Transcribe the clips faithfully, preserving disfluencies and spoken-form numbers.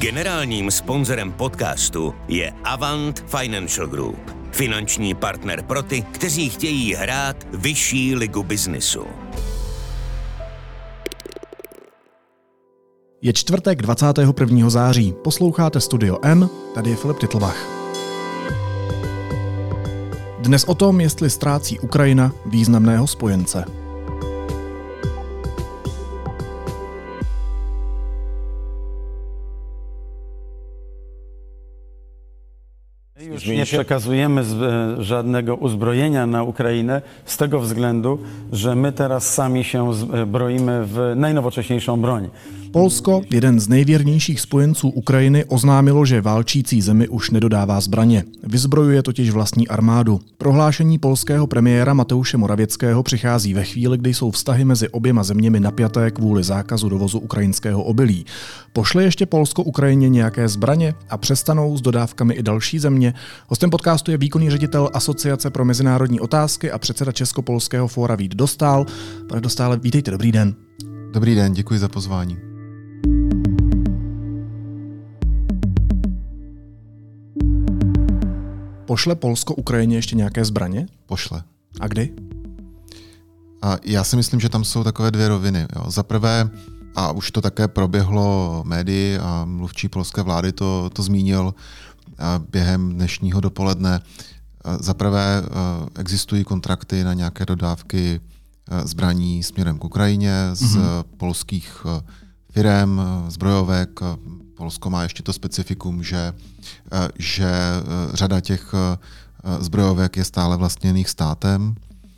Generálním sponzorem podcastu je Avant Financial Group, finanční partner pro ty, kteří chtějí hrát vyšší ligu biznisu. Je čtvrtek dvacátého prvního září, posloucháte Studio N, tady je Filip Titlbach. Dnes o tom, jestli ztrácí Ukrajina významného spojence. Już nie przekazujemy żadnego uzbrojenia na Ukrainę z tego względu, że my teraz sami się broimy w najnowocześniejszą broń. Polsko, jeden z nejvěrnějších spojenců Ukrajiny, oznámilo, že válčící zemi už nedodává zbraně. Vyzbrojuje totiž vlastní armádu. Prohlášení polského premiéra Mateusze Morawieckého přichází ve chvíli, kdy jsou vztahy mezi oběma zeměmi napjaté kvůli zákazu dovozu ukrajinského obilí. Pošle ještě Polsko Ukrajině nějaké zbraně a přestanou s dodávkami i další země? Hostem podcastu je výkonný ředitel Asociace pro mezinárodní otázky a předseda Českopolského fóra Vít Dostál. Pane Dostále, vítejte, dobrý den. Dobrý den, děkuji za pozvání. Pošle Polsko Ukrajině ještě nějaké zbraně? Pošle. A kdy? A já si myslím, že tam jsou takové dvě roviny. Jo. Za prvé, a už to také proběhlo médii a mluvčí polské vlády to, to zmínil během dnešního dopoledne. Za prvé existují kontrakty na nějaké dodávky zbraní směrem k Ukrajině z mm-hmm. polských firem, zbrojovek. Polsko má ještě to specifikum, že, že řada těch zbrojovek je stále vlastněných státem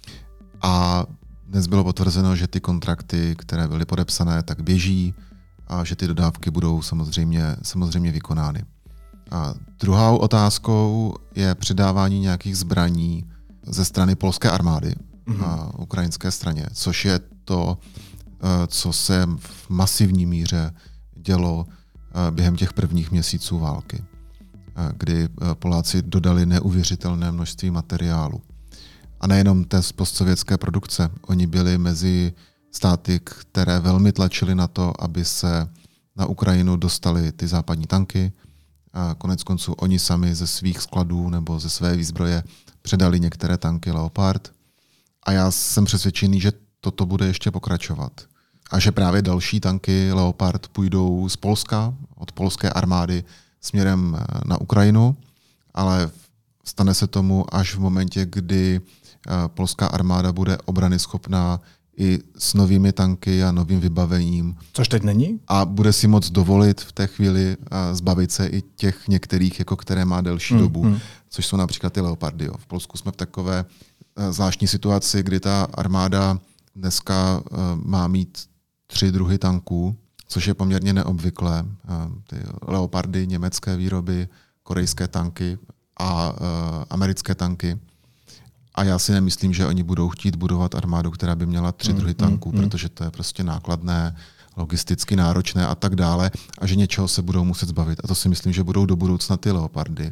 a dnes bylo potvrzeno, že ty kontrakty, které byly podepsané, tak běží a že ty dodávky budou samozřejmě, samozřejmě vykonány. A druhou otázkou je předávání nějakých zbraní ze strany polské armády mm-hmm. a ukrajinské straně, což je to, co se v masivní míře dělo během těch prvních měsíců války, kdy Poláci dodali neuvěřitelné množství materiálu. A nejenom té postsovětské produkce. Oni byli mezi státy, které velmi tlačili na to, aby se na Ukrajinu dostali ty západní tanky. A konec konců oni sami ze svých skladů nebo ze své výzbroje předali některé tanky Leopard. A já jsem přesvědčený, že toto bude ještě pokračovat. A že právě další tanky Leopard půjdou z Polska, od polské armády směrem na Ukrajinu, ale stane se tomu až v momentě, kdy polská armáda bude obranyschopná i s novými tanky a novým vybavením. Což teď není? A bude si moc dovolit v té chvíli zbavit se i těch některých, jako které má delší hmm, dobu, hmm. což jsou například ty Leopardy. Jo. V Polsku jsme v takové zvláštní situaci, kdy ta armáda dneska má mít tři druhy tanků, což je poměrně neobvyklé. Ty Leopardy, německé výroby, korejské tanky a uh, americké tanky. A já si nemyslím, že oni budou chtít budovat armádu, která by měla tři mm, druhy tanků, mm, protože to je prostě nákladné, logisticky náročné a tak dále. A že něčeho se budou muset zbavit. A to si myslím, že budou do budoucna ty Leopardy.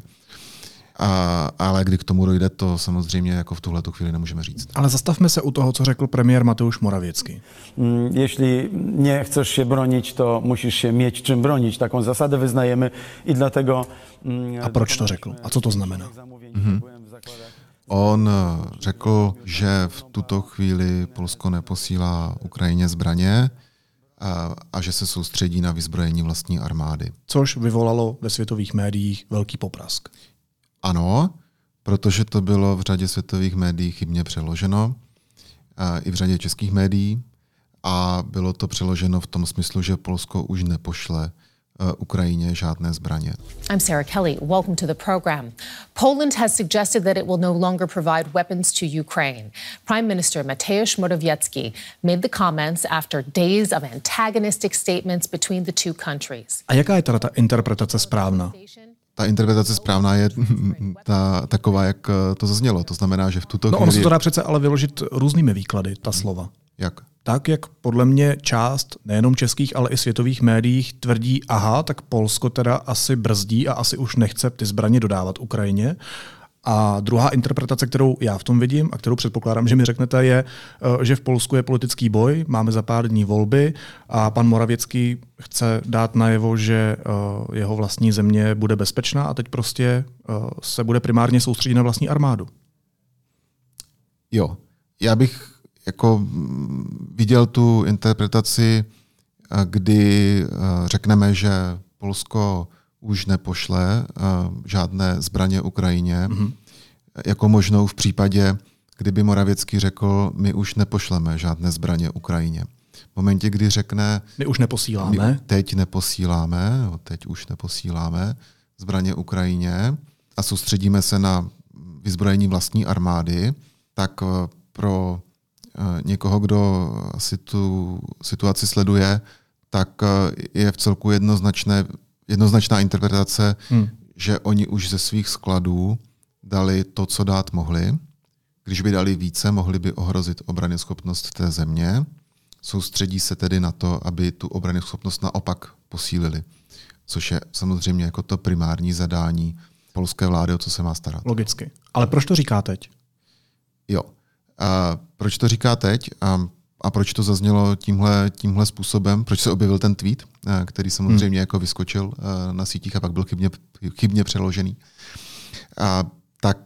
A, ale kdy k tomu dojde, to samozřejmě jako v tuhletu chvíli nemůžeme říct. Ale zastavme se u toho, co řekl premiér Mateusz Morawiecký. Jeśli nie chcesz się bronić, to musisz się mieć czym bronić. Taką zasadę wyznajemy i dlatego... A proč to řekl? A co to znamená? Mhm. On řekl, že v tuto chvíli Polsko neposílá Ukrajině zbraně a, a že se soustředí na vyzbrojení vlastní armády. Což vyvolalo ve světových médiích velký poprask. Ano, protože to bylo v řadě světových médií chybně přeloženo, i v řadě českých médií, a bylo to přeloženo v tom smyslu, že Polsko už nepošle Ukrajině žádné zbraně. I'm Sarah Kelly. Welcome to the program. Poland has suggested that it will no longer provide weapons to Ukraine. Prime Minister Mateusz Morawiecki made the comments after days of antagonistic statements between the two countries. A jaká je teda ta interpretace správná? Ta interpretace správná je ta, taková, jak to zaznělo. To znamená, že v tuto no, chvíli... ono se to dá přece ale vyložit různými výklady, ta slova. Jak? Tak, jak podle mě část nejenom českých, ale i světových médiích tvrdí, aha, tak Polsko teda asi brzdí a asi už nechce ty zbraně dodávat Ukrajině. A druhá interpretace, kterou já v tom vidím a kterou předpokládám, že mi řeknete, je, že v Polsku je politický boj, máme za pár dní volby a pan Morawiecký chce dát najevo, že jeho vlastní země bude bezpečná a teď prostě se bude primárně soustředit na vlastní armádu. Jo, já bych jako viděl tu interpretaci, kdy řekneme, že Polsko už nepošle žádné zbraně Ukrajině, mm-hmm. jako možnou v případě, kdyby Morawiecký řekl, my už nepošleme žádné zbraně Ukrajině. V momentě, kdy řekne, my už neposíláme, my teď neposíláme, teď už neposíláme zbraně Ukrajině a soustředíme se na vyzbrojení vlastní armády, tak pro někoho, kdo si tu situaci sleduje, tak je v celku jednoznačné, jednoznačná interpretace, hmm. že oni už ze svých skladů dali to, co dát mohli. Když by dali více, mohli by ohrozit obranyschopnost té země. Soustředí se tedy na to, aby tu obranyschopnost naopak posílili. Což je samozřejmě jako to primární zadání polské vlády, o co se má starat. Logicky. Ale proč to říká teď? Jo. A proč to říká teď a, a proč to zaznělo tímhle, tímhle způsobem? Proč se objevil ten tweet, který samozřejmě hmm. jako vyskočil na sítích a pak byl chybně, chybně přeložený? A, tak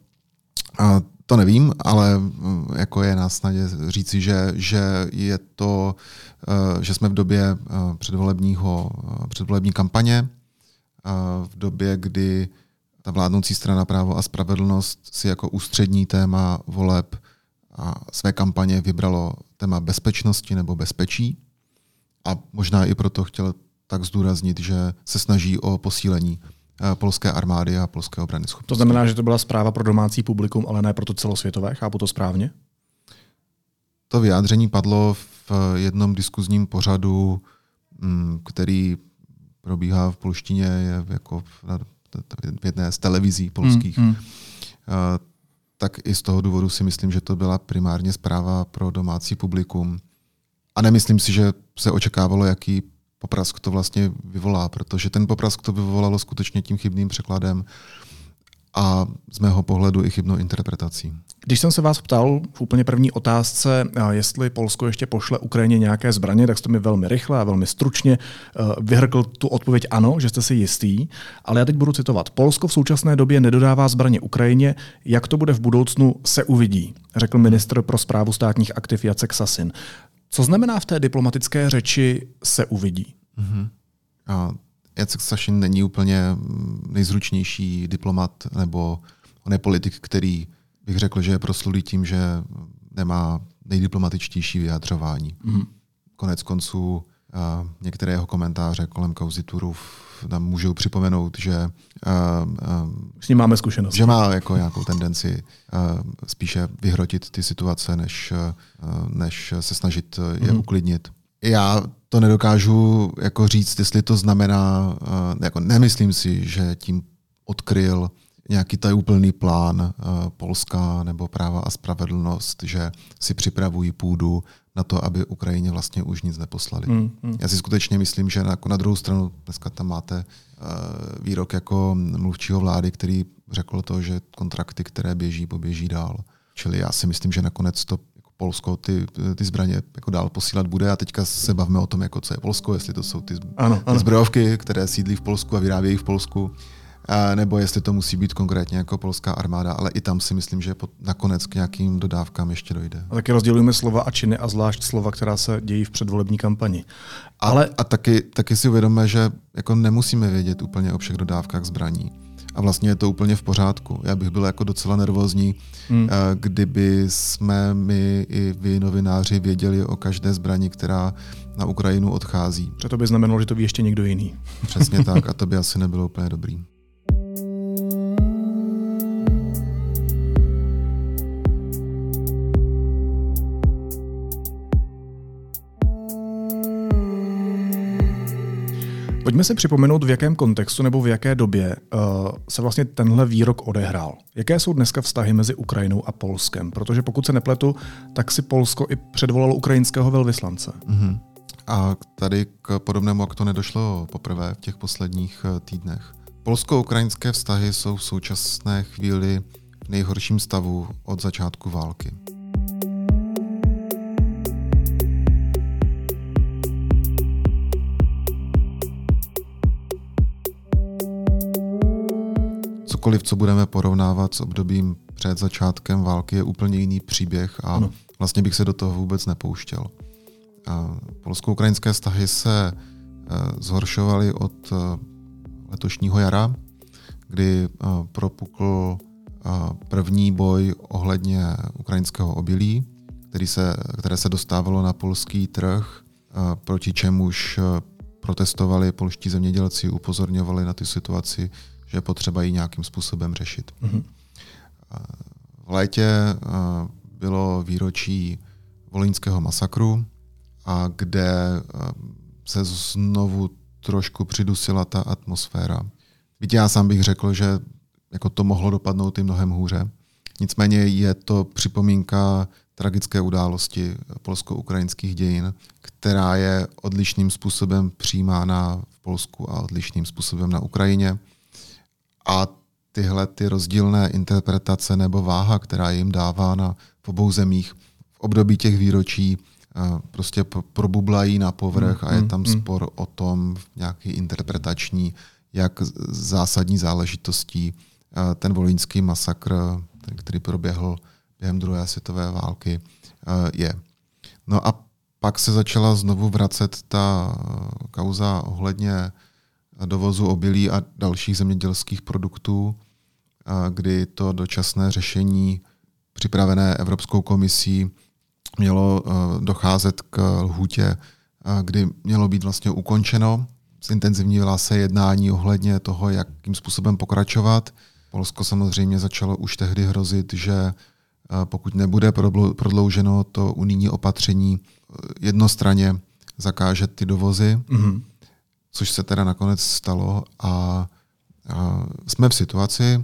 a to nevím, ale jako je na snadě říci, že, že je to, že jsme v době předvolebního, předvolební kampaně, v době, kdy ta vládnoucí strana Právo a spravedlnost si jako ústřední téma voleb a své kampaně vybralo téma bezpečnosti nebo bezpečí. A možná i proto chtěl tak zdůraznit, že se snaží o posílení polské armády a polské obrany schopnosti. To znamená, že to byla zpráva pro domácí publikum, ale ne pro to celosvětové? Chápu to správně? To vyjádření padlo v jednom diskuzním pořadu, který probíhá v polštině, je jako v jedné z televizí polských. Hmm, hmm. Tak i z toho důvodu si myslím, že to byla primárně zpráva pro domácí publikum. A nemyslím si, že se očekávalo, jaký poprask to vlastně vyvolá, protože ten poprask to vyvolalo skutečně tím chybným překladem a z mého pohledu i chybnou interpretací. Když jsem se vás ptal v úplně první otázce, jestli Polsko ještě pošle Ukrajině nějaké zbraně, tak jste mi velmi rychle a velmi stručně vyhrkl tu odpověď ano, že jste si jistý, ale já teď budu citovat. Polsko v současné době nedodává zbraně Ukrajině, jak to bude v budoucnu, se uvidí, řekl ministr pro správu státních aktiv Jacek Sasin. Co znamená v té diplomatické řeči se uvidí? Mm-hmm. A Jacek Sasin není úplně nejzručnější diplomat, nebo on je politik, který bych řekl, že je proslulý tím, že nemá nejdiplomatičtější vyjadřování. Mm-hmm. Konec konců a některé jeho komentáře kolem kauzy Turów nám můžou připomenout, že a, a, s ním máme zkušenost. Že má jako nějakou tendenci a, spíše vyhrotit ty situace, než, a, než se snažit je mm-hmm. uklidnit. Já to nedokážu jako říct, jestli to znamená, jako nemyslím si, že tím odkryl nějaký tajúplný plán Polska nebo Práva a spravedlnost, že si připravují půdu na to, aby Ukrajině vlastně už nic neposlali. Mm, mm. Já si skutečně myslím, že na, na druhou stranu dneska tam máte uh, výrok jako mluvčího vlády, který řekl to, že kontrakty, které běží, poběží dál. Čili já si myslím, že nakonec to Polsko ty, ty zbraně jako dál posílat bude a teďka se bavíme o tom, jako co je Polsko, jestli to jsou ty, ano, ano. ty zbrojovky, které sídlí v Polsku a vyrábějí v Polsku, a nebo jestli to musí být konkrétně jako polská armáda, ale i tam si myslím, že nakonec k nějakým dodávkám ještě dojde. A taky rozdělujeme slova a činy a zvlášť slova, která se dějí v předvolební kampani. Ale... A, a taky, taky si uvědomme, že jako nemusíme vědět úplně o všech dodávkách zbraní. A vlastně je to úplně v pořádku. Já bych byl jako docela nervózní, hmm. kdyby jsme my i vy novináři věděli o každé zbrani, která na Ukrajinu odchází. Protože to by znamenalo, že to ví ještě někdo jiný. Přesně tak a to by asi nebylo úplně dobrý. Pojďme si připomenout, v jakém kontextu nebo v jaké době uh, se vlastně tenhle výrok odehrál. Jaké jsou dneska vztahy mezi Ukrajinou a Polskem? Protože pokud se nepletu, tak si Polsko i předvolalo ukrajinského velvyslance. Mm-hmm. A tady k podobnému aktu nedošlo poprvé v těch posledních týdnech. Polsko-ukrajinské vztahy jsou v současné chvíli v nejhorším stavu od začátku války. Cokoliv, co budeme porovnávat s obdobím před začátkem války, je úplně jiný příběh a ano. Vlastně bych se do toho vůbec nepouštěl. Polsko-ukrajinské vztahy se zhoršovaly od letošního jara, kdy propukl první boj ohledně ukrajinského obilí, který se, které se dostávalo na polský trh, proti čemuž protestovali polští zemědělci, upozorňovali na tu situaci, že je potřeba ji nějakým způsobem řešit. Mm-hmm. V létě bylo výročí volyňského masakru, a kde se znovu trošku přidusila ta atmosféra. Byť já sám bych řekl, že jako to mohlo dopadnout i mnohem hůře. Nicméně je to připomínka tragické události polsko-ukrajinských dějin, která je odlišným způsobem přijímána v Polsku a odlišným způsobem na Ukrajině. A tyhle ty rozdílné interpretace nebo váha, která je jim dávána v obou zemích v období těch výročí, prostě probublají na povrch a je tam spor o tom nějaký interpretační, jak zásadní záležitostí ten volyňský masakr, který proběhl během druhé světové války, je. No a pak se začala znovu vracet ta kauza ohledně dovozu obilí a dalších zemědělských produktů, kdy to dočasné řešení připravené Evropskou komisí mělo docházet k lhůtě, kdy mělo být vlastně ukončeno. Zintenzivnila se jednání ohledně toho, jakým způsobem pokračovat. Polsko samozřejmě začalo už tehdy hrozit, že pokud nebude prodlouženo to unijní opatření, jednostranně zakáže ty dovozy, mm-hmm. což se teda nakonec stalo. A, a jsme v situaci,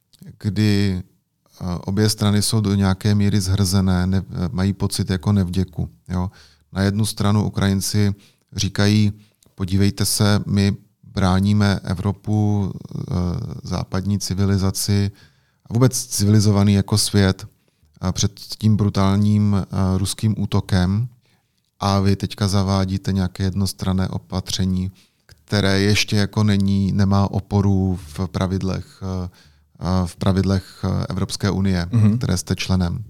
kdy obě strany jsou do nějaké míry zhrzené, ne, mají pocit jako nevděku. Jo. Na jednu stranu Ukrajinci říkají, podívejte se, my bráníme Evropu, západní civilizaci a vůbec civilizovaný jako svět před tím brutálním ruským útokem a vy teďka zavádíte nějaké jednostranné opatření, které ještě jako není, nemá oporu v pravidlech v pravidlech Evropské unie, mm-hmm. které jste členem.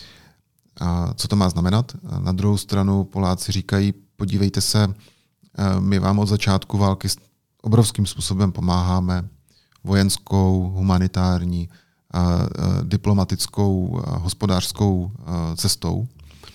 A co to má znamenat? Na druhou stranu Poláci říkají, podívejte se, my vám od začátku války obrovským způsobem pomáháme vojenskou, humanitární, diplomatickou, hospodářskou cestou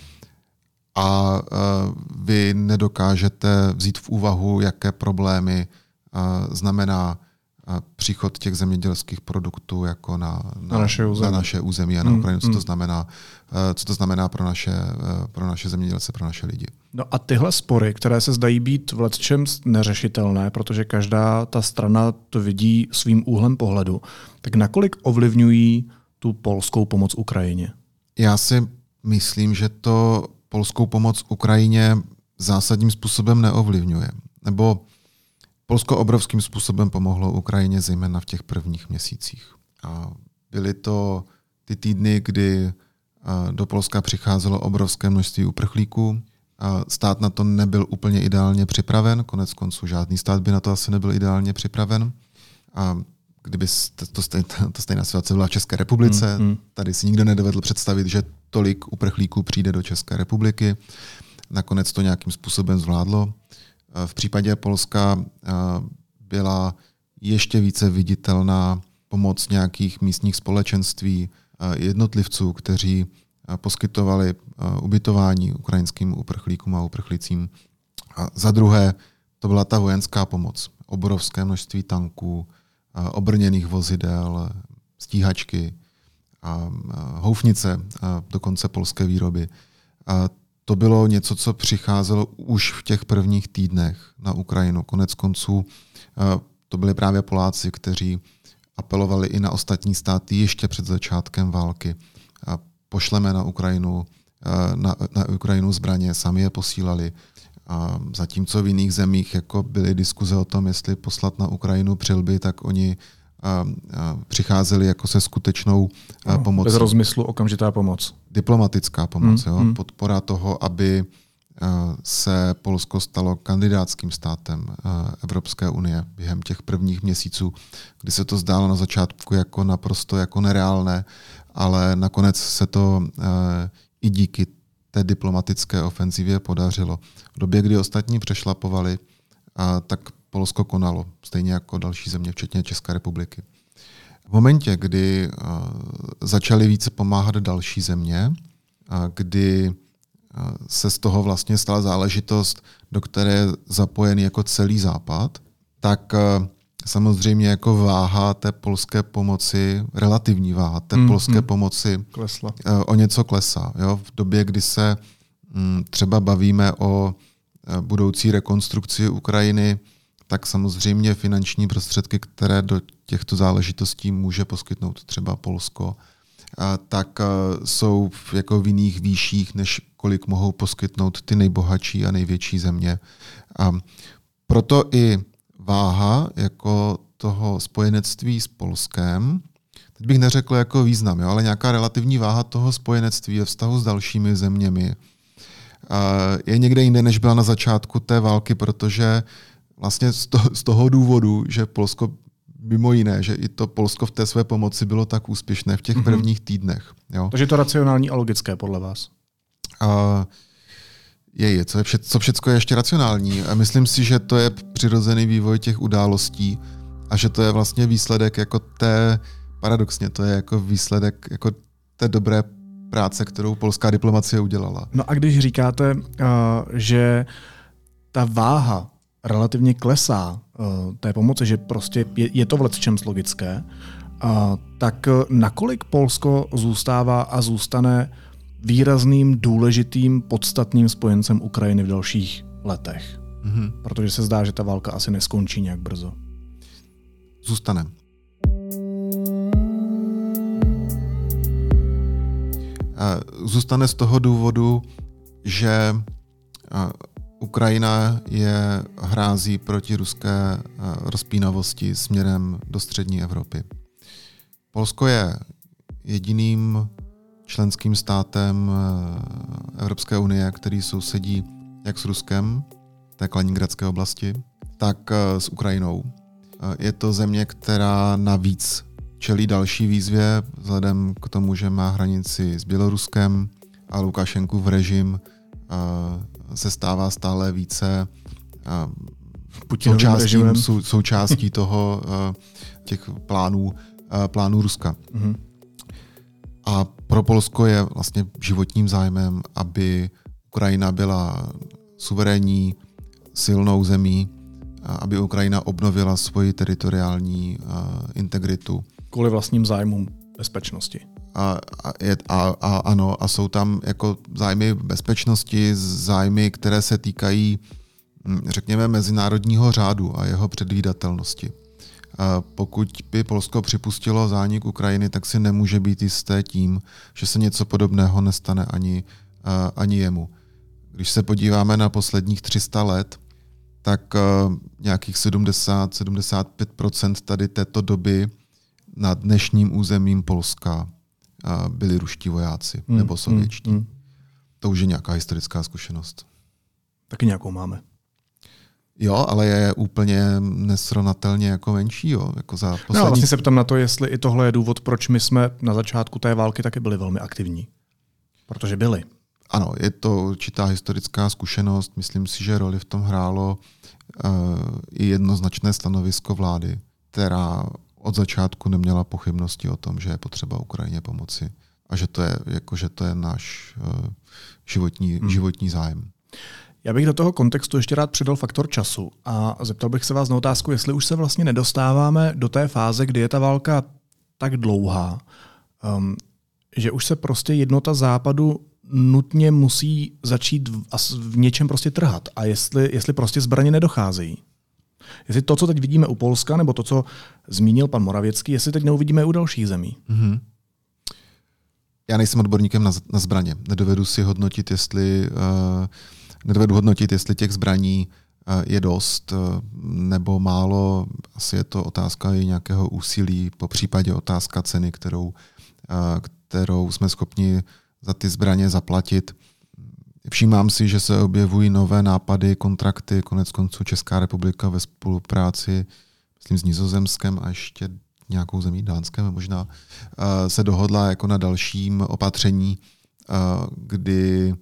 a vy nedokážete vzít v úvahu, jaké problémy znamená příchod těch zemědělských produktů jako na, na, na, naše, území. na naše území a na Ukrajinu, co to znamená, co to znamená pro naše, pro naše zemědělce, pro naše lidi. No a tyhle spory, které se zdají být v lecčem neřešitelné, protože každá ta strana to vidí svým úhlem pohledu, tak nakolik ovlivňují tu polskou pomoc Ukrajině? Já si myslím, že to polskou pomoc Ukrajině zásadním způsobem neovlivňuje. Nebo Polsko obrovským způsobem pomohlo Ukrajině zejména v těch prvních měsících. A byly to ty týdny, kdy do Polska přicházelo obrovské množství uprchlíků. A stát na to nebyl úplně ideálně připraven, konec konců žádný stát by na to asi nebyl ideálně připraven. A kdyby to, stejná, to stejná situace byla v České republice, mm, mm. tady si nikdo nedovedl představit, že tolik uprchlíků přijde do České republiky. Nakonec to nějakým způsobem zvládlo. V případě Polska byla ještě více viditelná pomoc nějakých místních společenství, jednotlivců, kteří poskytovali ubytování ukrajinským uprchlíkům a uprchlicím. A za druhé, to byla ta vojenská pomoc. Obrovské množství tanků, obrněných vozidel, stíhačky, houfnice, dokonce polské výroby. A to bylo něco, co přicházelo už v těch prvních týdnech na Ukrajinu. Konec konců to byli právě Poláci, kteří apelovali i na ostatní státy ještě před začátkem války. Pošleme na Ukrajinu, na, na Ukrajinu zbraně, sami je posílali. A zatímco v jiných zemích jako byly diskuze o tom, jestli poslat na Ukrajinu přilby, tak oni a, a přicházeli jako se skutečnou no, pomocí. Bez rozmyslu okamžitá pomoc. Diplomatická pomoc. Hmm, jo? hmm. Podpora toho, aby se Polsko stalo kandidátským státem Evropské unie během těch prvních měsíců, kdy se to zdálo na začátku jako naprosto jako nereálné, ale nakonec se to i díky té diplomatické ofenzivě podařilo. V době, kdy ostatní přešlapovali, tak Polsko konalo, stejně jako další země, včetně České republiky. V momentě, kdy začaly více pomáhat další země, kdy se z toho vlastně stala záležitost, do které je zapojený jako celý Západ, tak samozřejmě jako váha té polské pomoci, relativní váha té mm, polské mm. pomoci klesla. O něco klesá. Jo? V době, kdy se mm, třeba bavíme o budoucí rekonstrukci Ukrajiny, tak samozřejmě finanční prostředky, které do těchto záležitostí může poskytnout třeba Polsko, tak jsou jako v jiných výších, než kolik mohou poskytnout ty nejbohatší a největší země. A proto i váha jako toho spojenectví s Polskem, teď bych neřekl jako význam, jo, ale nějaká relativní váha toho spojenectví ve vztahu s dalšími zeměmi je někde jinde, než byla na začátku té války, protože vlastně z toho, z toho důvodu, že Polsko mimo jiné, že i to Polsko v té své pomoci bylo tak úspěšné v těch mm-hmm. prvních týdnech. Jo. Takže to racionální a logické podle vás? A je, je, co, je vše, co všecko je ještě racionální. A myslím si, že to je přirozený vývoj těch událostí a že to je vlastně výsledek jako té, paradoxně, to je jako výsledek jako té dobré práce, kterou polská diplomacie udělala. No a když říkáte, uh, že ta váha relativně klesá uh, té pomoci, že prostě je, je to v lecčems logické, uh, tak nakolik Polsko zůstává a zůstane výrazným, důležitým, podstatným spojencem Ukrajiny v dalších letech? Mm-hmm. Protože se zdá, že ta válka asi neskončí nějak brzo. Zůstane. Zůstane z toho důvodu, že Ukrajina je hrází proti ruské rozpínavosti směrem do střední Evropy. Polsko je jediným členským státem Evropské unie, který sousedí jak s Ruskem, té Kaliningradské oblasti, tak s Ukrajinou. Je to země, která navíc čelí další výzvě vzhledem k tomu, že má hranici s Běloruskem a Lukašenkův režim se stává stále více součástí, sou, součástí toho těch plánů, plánů Ruska. Mm-hmm. A pro Polsko je vlastně životním zájmem, aby Ukrajina byla suverénní, silnou zemí, aby Ukrajina obnovila svoji teritoriální integritu. Kvůli vlastním zájmům bezpečnosti. A, a, a, a ano, a jsou tam jako zájmy bezpečnosti, zájmy, které se týkají, řekněme, mezinárodního řádu a jeho předvídatelnosti. A pokud by Polsko připustilo zánik Ukrajiny, tak si nemůže být jisté tím, že se něco podobného nestane ani, ani jemu. Když se podíváme na posledních tři sta let, tak nějakých sedmdesát až sedmdesát pět procent tady této doby na dnešním územím Polska byli ruští vojáci hmm, nebo sovětští. Hmm, hmm. To už je nějaká historická zkušenost. Taky nějakou máme. Jo, ale je úplně nesrovnatelně jako menší. Jo, jako za poslední... No, vlastně se ptám na to, jestli i tohle je důvod, proč my jsme na začátku té války taky byli velmi aktivní. Protože byli. Ano, je to určitá historická zkušenost. Myslím si, že roli v tom hrálo uh, i jednoznačné stanovisko vlády, která od začátku neměla pochybnosti o tom, že je potřeba Ukrajině pomoci a že to je, jako, že to je náš uh, životní, hmm. životní zájem. Já bych do toho kontextu ještě rád přidal faktor času a zeptal bych se vás na otázku, jestli už se vlastně nedostáváme do té fáze, kdy je ta válka tak dlouhá, um, že už se prostě jednota Západu nutně musí začít v, v něčem prostě trhat. A jestli, jestli prostě zbraně nedocházejí. Jestli to, co teď vidíme u Polska, nebo to, co zmínil pan Moravěcký, jestli teď neuvidíme u dalších zemí. Mm-hmm. Já nejsem odborníkem na, na zbraně. Nedovedu si hodnotit, jestli uh, nedovedu hodnotit, jestli těch zbraní je dost nebo málo. Asi je to otázka i nějakého úsilí, po případě otázka ceny, kterou, kterou jsme schopni za ty zbraně zaplatit. Všímám si, že se objevují nové nápady, kontrakty, konec konců Česká republika ve spolupráci, myslím, s Nizozemskem a ještě nějakou zemí, Dánskem možná, se dohodla jako na dalším opatření, kdy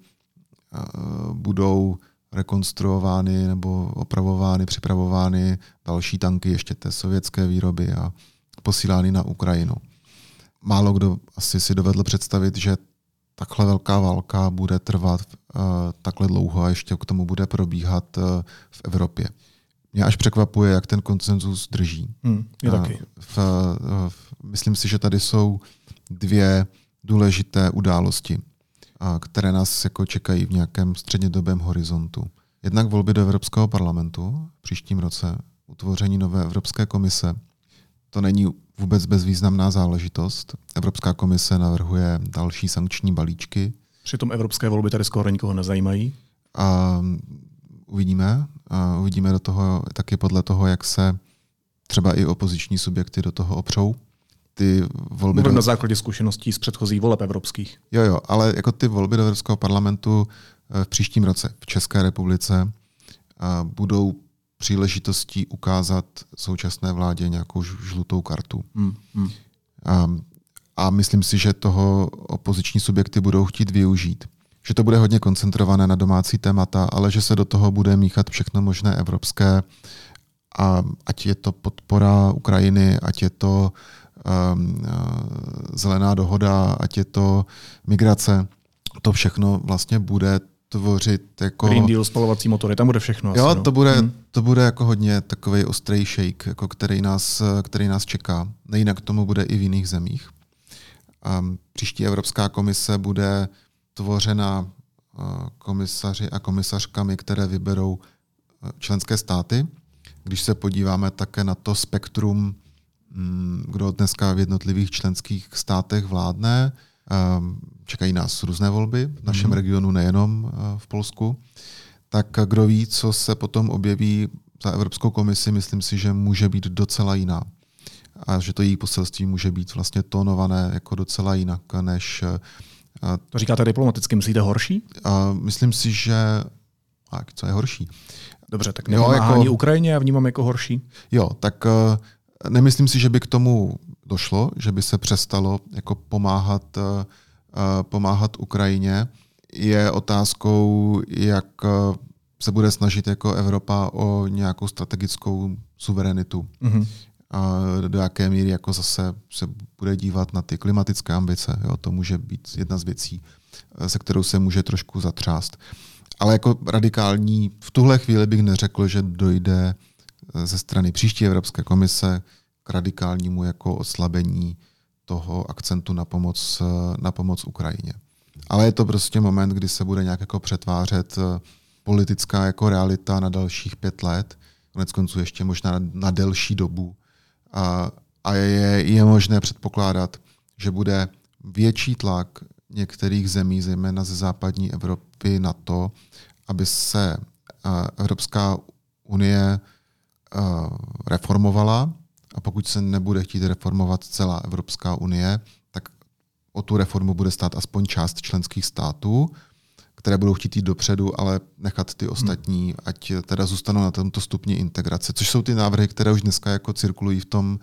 budou rekonstruovány nebo opravovány, připravovány další tanky ještě té sovětské výroby a posílány na Ukrajinu. Málo kdo asi si dovedl představit, že takhle velká válka bude trvat uh, takhle dlouho a ještě k tomu bude probíhat uh, v Evropě. Mě až překvapuje, jak ten konsenzus drží. Hmm, je taky. Uh, v, uh, v, myslím si, že tady jsou dvě důležité události, uh, které nás jako čekají v nějakém střednědobém horizontu. Jednak volby do Evropského parlamentu v příštím roce, utvoření nové Evropské komise. To není vůbec bezvýznamná záležitost. Evropská komise navrhuje další sankční balíčky. Přitom evropské volby tady skoro nikoho nezajímají. A uvidíme. A uvidíme do toho taky podle toho, jak se třeba i opoziční subjekty do toho opřou. Ty volby Mluvím do... na základě zkušeností z předchozích voleb evropských. Jo, jo, ale jako ty volby do Evropského parlamentu v příštím roce v České republice budou příležitostí ukázat současné vládě nějakou žlutou kartu. Hmm, hmm. A, a myslím si, že toho opoziční subjekty budou chtít využít. Že to bude hodně koncentrované na domácí témata, ale že se do toho bude míchat všechno možné evropské. A ať je to podpora Ukrajiny, ať je to um, zelená dohoda, ať je to migrace, to všechno vlastně bude tvořit jako... Green Deal, spalovací motory, tam bude všechno. Jo, asi, no. to, bude, hmm. to bude jako hodně takovej ostrý shake, jako který, nás, který nás čeká. Nejinak tomu bude i v jiných zemích. A příští Evropská komise bude tvořena komisaři a komisařkami, které vyberou členské státy. Když se podíváme také na to spektrum, kdo dneska v jednotlivých členských státech vládne, čekají nás různé volby v našem mm. regionu, nejenom v Polsku, tak kdo ví, co se potom objeví za Evropskou komisi, myslím si, že může být docela jiná. A že to její poselství může být vlastně tónované jako docela jinak, než... To říkáte diplomaticky, myslíte horší? A myslím si, že... A co je horší? Dobře, tak nepomáhání jako... Ukrajině já vnímám jako horší. Jo, tak nemyslím si, že by k tomu došlo, že by se přestalo jako pomáhat, pomáhat Ukrajině. Je otázkou, jak se bude snažit jako Evropa o nějakou strategickou suverenitu. Mm-hmm. A do jaké míry jako zase se bude dívat na ty klimatické ambice. Jo, to může být jedna z věcí, se kterou se může trošku zatřást. Ale jako radikální, v tuhle chvíli bych neřekl, že dojde ze strany příští Evropské komise k radikálnímu jako oslabení toho akcentu na pomoc, na pomoc Ukrajině. Ale je to prostě moment, kdy se bude nějak jako přetvářet politická jako realita na dalších pět let, konec konců ještě možná na, na delší dobu. A, a je, je možné předpokládat, že bude větší tlak některých zemí, zejména ze západní Evropy, na to, aby se Evropská unie reformovala, a pokud se nebude chtít reformovat celá Evropská unie, tak o tu reformu bude stát aspoň část členských států, které budou chtít jít dopředu, ale nechat ty ostatní, ať teda zůstanou na tomto stupni integrace, což jsou ty návrhy, které už dneska jako cirkulují v tom,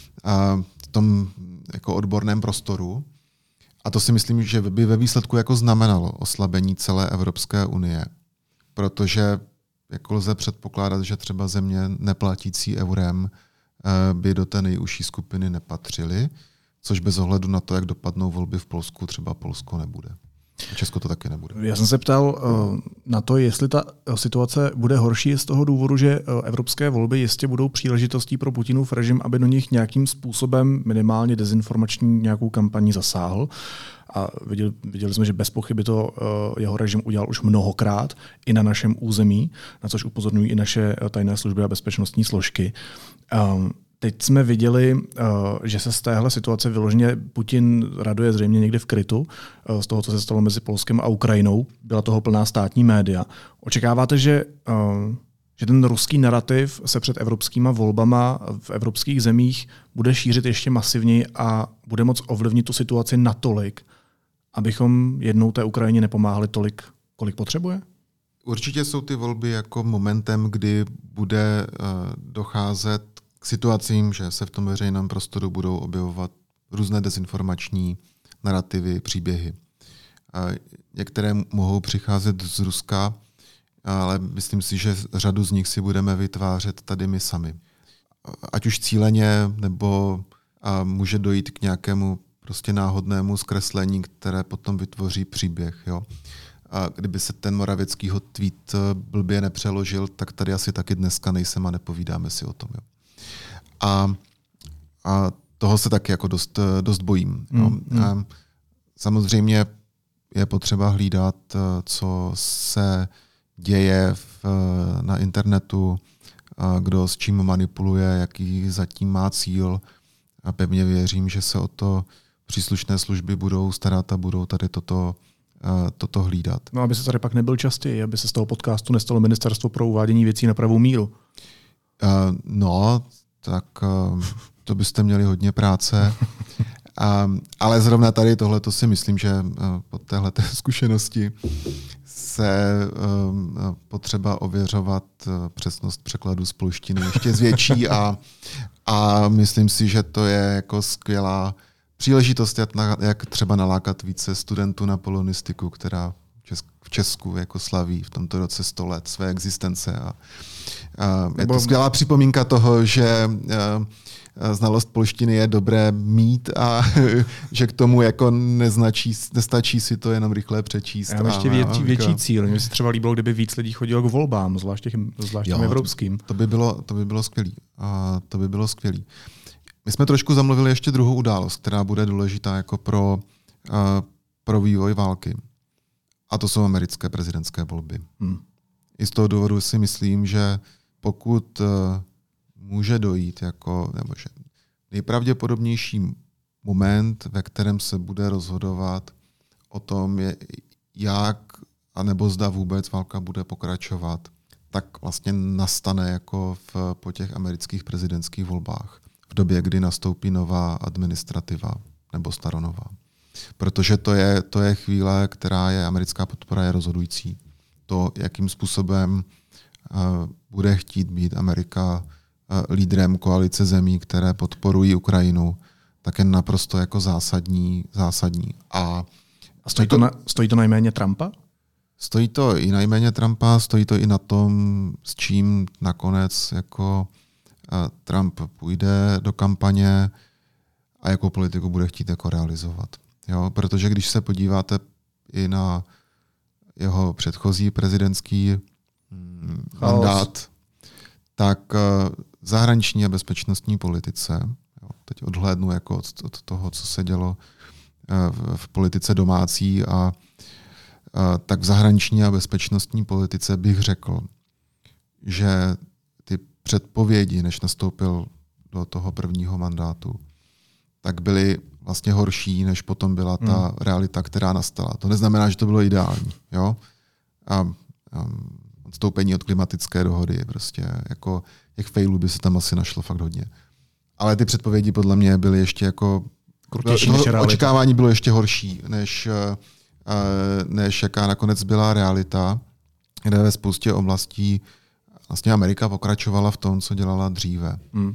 v tom jako odborném prostoru. A to si myslím, že by ve výsledku jako znamenalo oslabení celé Evropské unie, protože jako lze předpokládat, že třeba země neplatící eurem by do té nejužší skupiny nepatřily, což bez ohledu na to, jak dopadnou volby v Polsku, třeba Polsko nebude. A Česko to taky nebude. Já jsem se ptal na to, jestli ta situace bude horší z toho důvodu, že evropské volby jistě budou příležitostí pro Putinův režim, aby do nich nějakým způsobem minimálně dezinformační nějakou kampaní zasáhl. A viděli, viděli jsme, že bez pochyby to jeho režim udělal už mnohokrát i na našem území, na což upozorňují i naše tajné služby a bezpečnostní složky. Teď jsme viděli, že se z téhle situace vyloženě Putin raduje zřejmě někde v krytu, z toho, co se stalo mezi Polskem a Ukrajinou. Byla toho plná státní média. Očekáváte, že, že ten ruský narrativ se před evropskýma volbama v evropských zemích bude šířit ještě masivněji a bude moc ovlivnit tu situaci natolik, abychom jednou té Ukrajině nepomáhali tolik, kolik potřebuje? Určitě jsou ty volby jako momentem, kdy bude docházet k situacím, že se v tom veřejném prostoru budou objevovat různé dezinformační narrativy, příběhy. Některé mohou přicházet z Ruska, ale myslím si, že řadu z nich si budeme vytvářet tady my sami. Ať už cíleně, nebo může dojít k nějakému prostě náhodnému zkreslení, které potom vytvoří příběh. Jo? A kdyby se ten Moravěckýho tweet blbě nepřeložil, tak tady asi taky dneska nejsem a nepovídáme si o tom. Jo? A, a toho se taky jako dost, dost bojím. Jo? Mm, mm. Samozřejmě je potřeba hlídat, co se děje v, na internetu, kdo s čím manipuluje, jaký zatím má cíl. A pevně věřím, že se o to příslušné služby budou starat a budou tady toto, toto hlídat. No, aby se tady pak nebyl častěji, aby se z toho podcastu nestalo Ministerstvo pro uvádění věcí na pravou míru. Uh, no, tak uh, to byste měli hodně práce. uh, ale zrovna tady tohleto si myslím, že uh, po téhleté zkušenosti se uh, potřeba ověřovat uh, přesnost překladu z polštiny ještě zvětší a, a myslím si, že to je jako skvělá příležitost, jak, na, jak třeba nalákat více studentů na polonistiku, která v Česku jako slaví v tomto roce sto let své existence. A, a je to skvělá připomínka toho, že a, znalost polštiny je dobré mít a že k tomu jako neznačí, nestačí si to jenom rychle přečíst. Já mám ještě větší, větší cíl. Mně se třeba líbilo, kdyby víc lidí chodilo k volbám, zvlášť těm, zvlášť těm evropským. To by bylo, to by bylo skvělý. A to by bylo skvělý. My jsme trošku zamluvili ještě druhou událost, která bude důležitá jako pro, uh, pro vývoj války. A to jsou americké prezidentské volby. Hmm. I z toho důvodu si myslím, že pokud uh, může dojít jako, nebo že nejpravděpodobnější moment, ve kterém se bude rozhodovat o tom, je, jak a nebo zda vůbec válka bude pokračovat, tak vlastně nastane jako v, po těch amerických prezidentských volbách. V době, kdy nastoupí nová administrativa nebo staronová. Protože to je, to je chvíle, která je, americká podpora je rozhodující. To, jakým způsobem uh, bude chtít být Amerika uh, lídrem koalice zemí, které podporují Ukrajinu, tak je naprosto jako zásadní. zásadní. A, A stojí, to na, stojí to na jméně Trumpa? Stojí to i na jméně Trumpa, stojí to i na tom, s čím nakonec jako Trump půjde do kampaně a jakou politiku bude chtít jako realizovat. Jo? Protože když se podíváte i na jeho předchozí prezidentský mandát, tak v zahraniční a bezpečnostní politice, jo, teď odhlédnu jako od, od toho, co se dělo v, v politice domácí, a, a tak v zahraniční a bezpečnostní politice bych řekl, že předpovědi, než nastoupil do toho prvního mandátu, tak byly vlastně horší, než potom byla ta hmm. realita, která nastala. To neznamená, že to bylo ideální. Jo? A, a odstoupení od klimatické dohody, prostě jako těch failů by se tam asi našlo fakt hodně. Ale ty předpovědi podle mě byly ještě jako Krutější než realita. Očekávání bylo ještě horší, než, než jaká nakonec byla realita, kde ve spoustě oblastí vlastně Amerika pokračovala v tom, co dělala dříve. Hmm.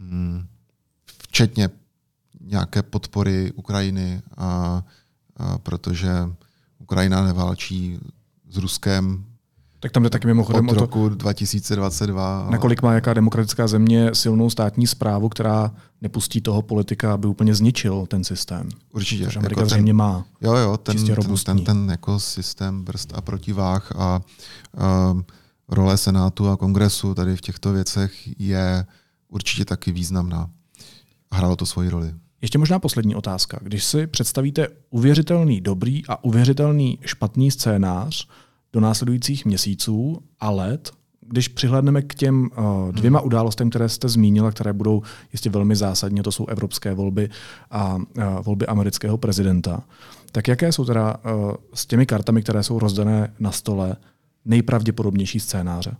Včetně nějaké podpory Ukrajiny, a, a protože Ukrajina neválčí s Ruskem. Tak tam jde taky mimochodem od roku dva tisíce dvacet dva. Nakolik má jaká demokratická země silnou státní správu, která nepustí toho politika, aby úplně zničil ten systém. Určitě. Což Amerika jako zřejmě má. Jo, jo, ten, ten, ten, ten jako systém brzd a protiváh a, a role Senátu a Kongresu tady v těchto věcech je určitě taky významná. Hrálo to svoji roli. Ještě možná poslední otázka. Když si představíte uvěřitelný dobrý a uvěřitelný špatný scénář do následujících měsíců a let, Když přihlédneme k těm uh, dvěma událostem, které jste zmínila, které budou jistě velmi zásadní, to jsou evropské volby a uh, volby amerického prezidenta, tak jaké jsou teda uh, s těmi kartami, které jsou rozdané na stole, nejpravděpodobnější scénáře?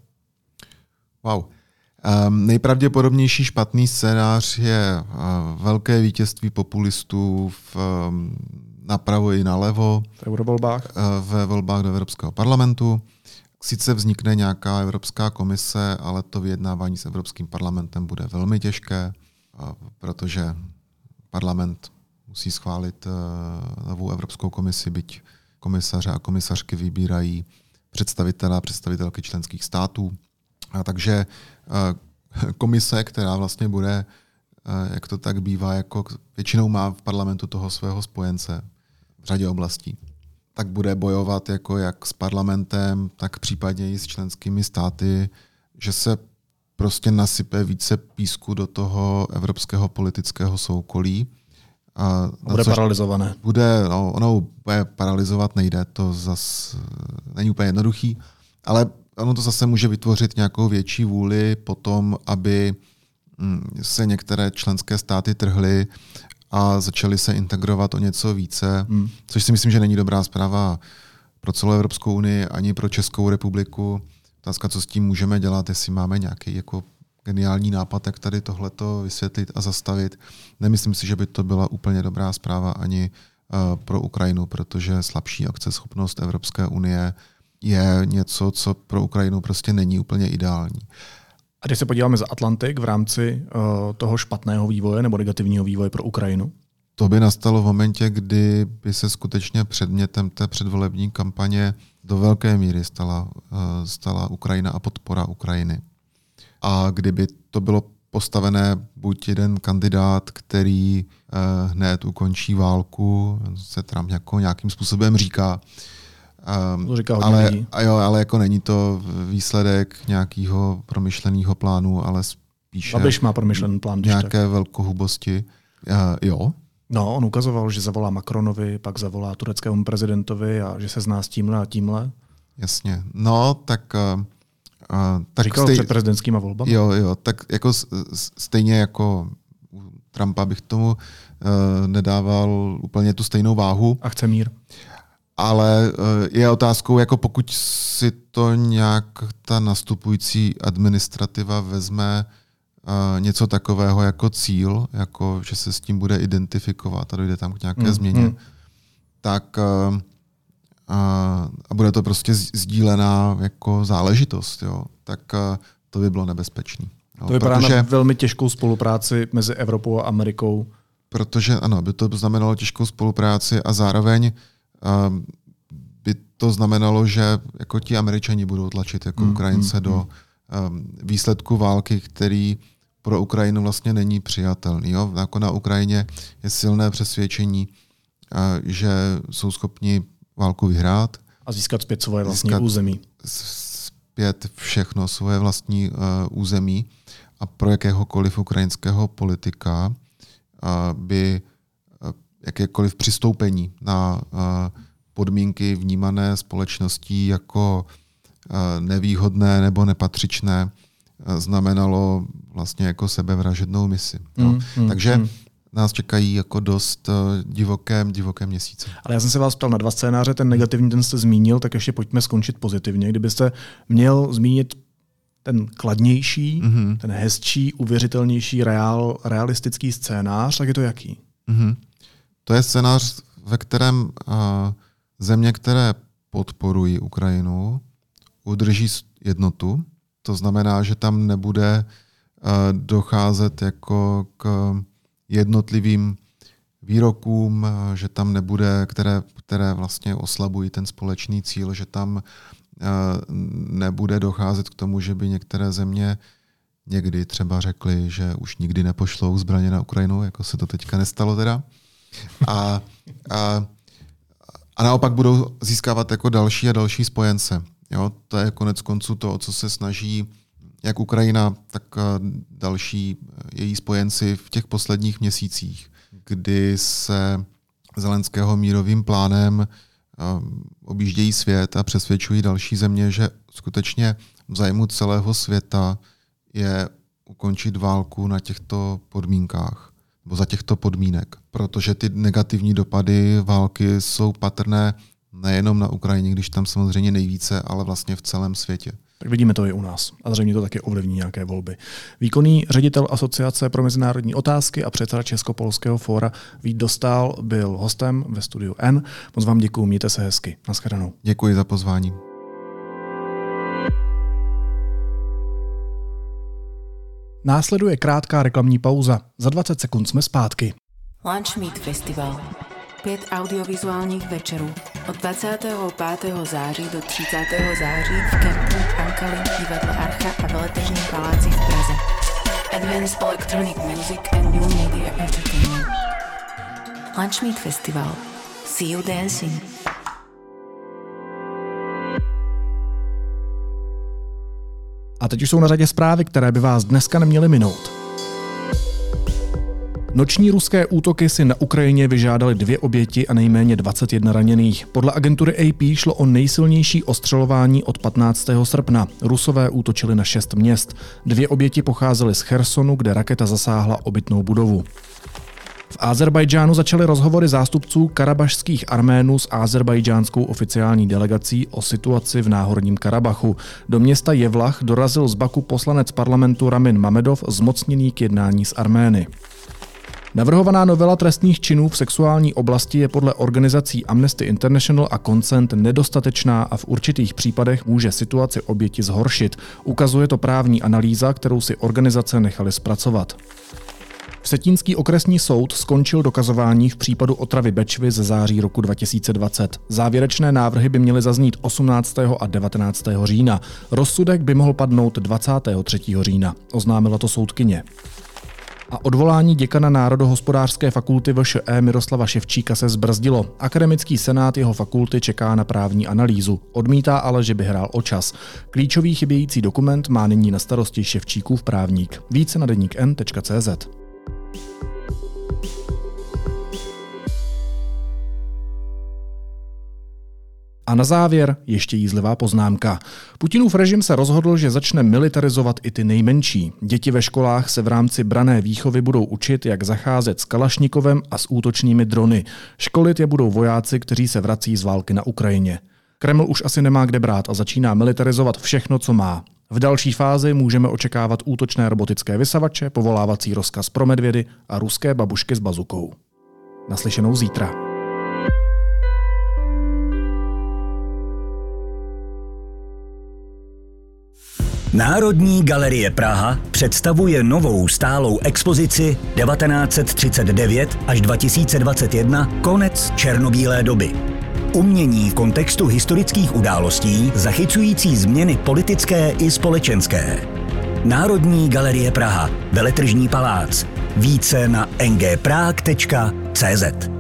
Wow. Um, nejpravděpodobnější špatný scénář je uh, velké vítězství populistů v, um, napravo i nalevo v eurovolbách. Uh, ve volbách do Evropského parlamentu. Sice vznikne nějaká Evropská komise, ale to vyjednávání s Evropským parlamentem bude velmi těžké, uh, protože parlament musí schválit uh, novou Evropskou komisi, byť komisaře a komisařky vybírají představitelé a představitelky členských států. A takže komise, která vlastně bude, jak to tak bývá, jako většinou má v parlamentu toho svého spojence v řadě oblastí, tak bude bojovat jako jak s parlamentem, tak případně i s členskými státy, že se prostě nasype více písku do toho evropského politického soukolí. A bude paralizované. Bude, no, ono bude paralizovat nejde, to zase není úplně jednoduchý, ale ono to zase může vytvořit nějakou větší vůli potom, aby se některé členské státy trhly a začaly se integrovat o něco více, hmm. což si myslím, že není dobrá zpráva pro celou Evropskou unii ani pro Českou republiku. Otázka, co s tím můžeme dělat, jestli máme nějaký jako geniální nápad, jak tady tohleto vysvětlit a zastavit. Nemyslím si, že by to byla úplně dobrá zpráva ani uh, pro Ukrajinu, protože slabší akceschopnost Evropské unie je něco, co pro Ukrajinu prostě není úplně ideální. A když se podíváme za Atlantik v rámci uh, toho špatného vývoje nebo negativního vývoje pro Ukrajinu? To by nastalo v momentě, kdy by se skutečně předmětem té předvolební kampaně do velké míry stala, uh, stala Ukrajina a podpora Ukrajiny. A kdyby to bylo postavené buď jeden kandidát, který uh, hned ukončí válku, se Trump jako nějakým způsobem říká, Um, to říká ale, jo, ale jako není to výsledek nějakého promyšleného plánu, ale spíše Babiš má promyšlený plán, nějaké velkohubosti. Uh, jo. No, on ukazoval, že zavolá Macronovi, pak zavolá tureckému prezidentovi a že se zná s tímhle a tímhle. Jasně. No, tak... Uh, uh, tak říkal stej... před prezidentskýma volbami? Jo, jo. Tak jako stejně jako u Trumpa bych tomu uh, nedával úplně tu stejnou váhu. A chce mír. Ale je otázkou, jako pokud si to nějak ta nastupující administrativa vezme uh, něco takového jako cíl, jako že se s tím bude identifikovat a dojde tam k nějaké mm, změně, mm. tak uh, uh, a bude to prostě sdílená jako záležitost, jo, tak uh, to by bylo nebezpečné. To vypadá protože, na velmi těžkou spolupráci mezi Evropou a Amerikou. Protože ano, by to znamenalo těžkou spolupráci a zároveň Um, by to znamenalo, že jako ti Američani budou tlačit jako mm, Ukrajince mm, do um, výsledku války, který pro Ukrajinu vlastně není přijatelný. Jo? Jako na Ukrajině je silné přesvědčení, uh, že jsou schopni válku vyhrát. A získat zpět svoje vlastní území. Zpět všechno svoje vlastní uh, území. A pro jakéhokoliv ukrajinského politika uh, by jakékoliv přistoupení na podmínky vnímané společností jako nevýhodné nebo nepatřičné znamenalo vlastně jako sebevražednou misi. Mm, mm, Takže mm. nás čekají jako dost divoké, divoké měsíce. Ale já jsem se vás ptal na dva scénáře, ten negativní, ten jste zmínil, tak ještě pojďme skončit pozitivně. Kdybyste měl zmínit ten kladnější, mm-hmm. ten hezčí, uvěřitelnější, reál, realistický scénář, tak je to jaký? Mm-hmm. To je scénář, ve kterém uh, země, které podporují Ukrajinu, udrží jednotu. To znamená, že tam nebude uh, docházet jako k jednotlivým výrokům, uh, že tam nebude, které, které vlastně oslabují ten společný cíl, že tam uh, nebude docházet k tomu, že by některé země někdy třeba řekly, že už nikdy nepošlou zbraně na Ukrajinu, jako se to teďka nestalo teda. A, a, a naopak budou získávat jako další a další spojence. Jo? To je konec konců to, o co se snaží jak Ukrajina, tak další její spojenci v těch posledních měsících, kdy se Zelenského mírovým plánem objíždějí svět a přesvědčují další země, že skutečně v zájmu celého světa je ukončit válku na těchto podmínkách, nebo za těchto podmínek, protože ty negativní dopady války jsou patrné nejenom na Ukrajině, když tam samozřejmě nejvíce, ale vlastně v celém světě. Tak vidíme to i u nás. A zřejmě to taky ovlivní nějaké volby. Výkonný ředitel Asociace pro mezinárodní otázky a předseda Českopolského fóra Vít Dostál byl hostem ve studiu N. Moc vám děkuju, mějte se hezky. Naschledanou. Děkuji za pozvání. Následuje krátká reklamní pauza. Za dvacet sekund jsme zpátky. Lunch Meet Festival. Pět audiovizuálních večerů od dvacátého pátého září do třicátého září v kempu Ankali, divadle Archa a Veletržním paláci v Praze. Advanced Electronic Music and New Media Entertainment. Lunch Meet Festival. See you dancing. A teď už jsou na řadě zprávy, které by vás dneska neměly minout. Noční ruské útoky si na Ukrajině vyžádali dvě oběti a nejméně dvacet jedna raněných. Podle agentury A P šlo o nejsilnější ostřelování od patnáctého srpna. Rusové útočili na šest měst. Dvě oběti pocházely z Chersonu, kde raketa zasáhla obytnou budovu. V Azerbajdžánu začaly rozhovory zástupců karabašských Arménů s azerbajdžánskou oficiální delegací o situaci v Náhorním Karabachu. Do města Jevlach dorazil z Baku poslanec parlamentu Ramin Mamedov, zmocněný k jednání s Armény. Navrhovaná novela trestných činů v sexuální oblasti je podle organizací Amnesty International a Consent nedostatečná a v určitých případech může situaci oběti zhoršit. Ukazuje to právní analýza, kterou si organizace nechaly zpracovat. Vsetínský okresní soud skončil dokazování v případu otravy Bečvy ze září roku dva tisíce dvacet. Závěrečné návrhy by měly zaznít osmnáctého a devatenáctého října. Rozsudek by mohl padnout dvacátého třetího října, oznámila to soudkyně. A odvolání děkana Národohospodářské fakulty V Š E Miroslava Ševčíka se zbrzdilo. Akademický senát jeho fakulty čeká na právní analýzu. Odmítá ale, že by hrál o čas. Klíčový chybějící dokument má nyní na starosti Ševčíkův právník. Více na deník n tečka cé zet. A na závěr ještě jízlivá poznámka. Putinův režim se rozhodl, že začne militarizovat i ty nejmenší. Děti ve školách se v rámci branné výchovy budou učit, jak zacházet s kalašnikovem a s útočnými drony. Školit je budou vojáci, kteří se vrací z války na Ukrajině. Kreml už asi nemá kde brát a začíná militarizovat všechno, co má. V další fázi můžeme očekávat útočné robotické vysavače, povolávací rozkaz pro medvědy a ruské babušky s bazukou. Naslyšenou zítra. Národní galerie Praha představuje novou stálou expozici devatenáct set třicet devět až dva tisíce dvacet jedna konec černobílé doby. Umění v kontextu historických událostí zachycující změny politické i společenské. Národní galerie Praha, Veletržní palác. Více na n g prague tečka cé zet.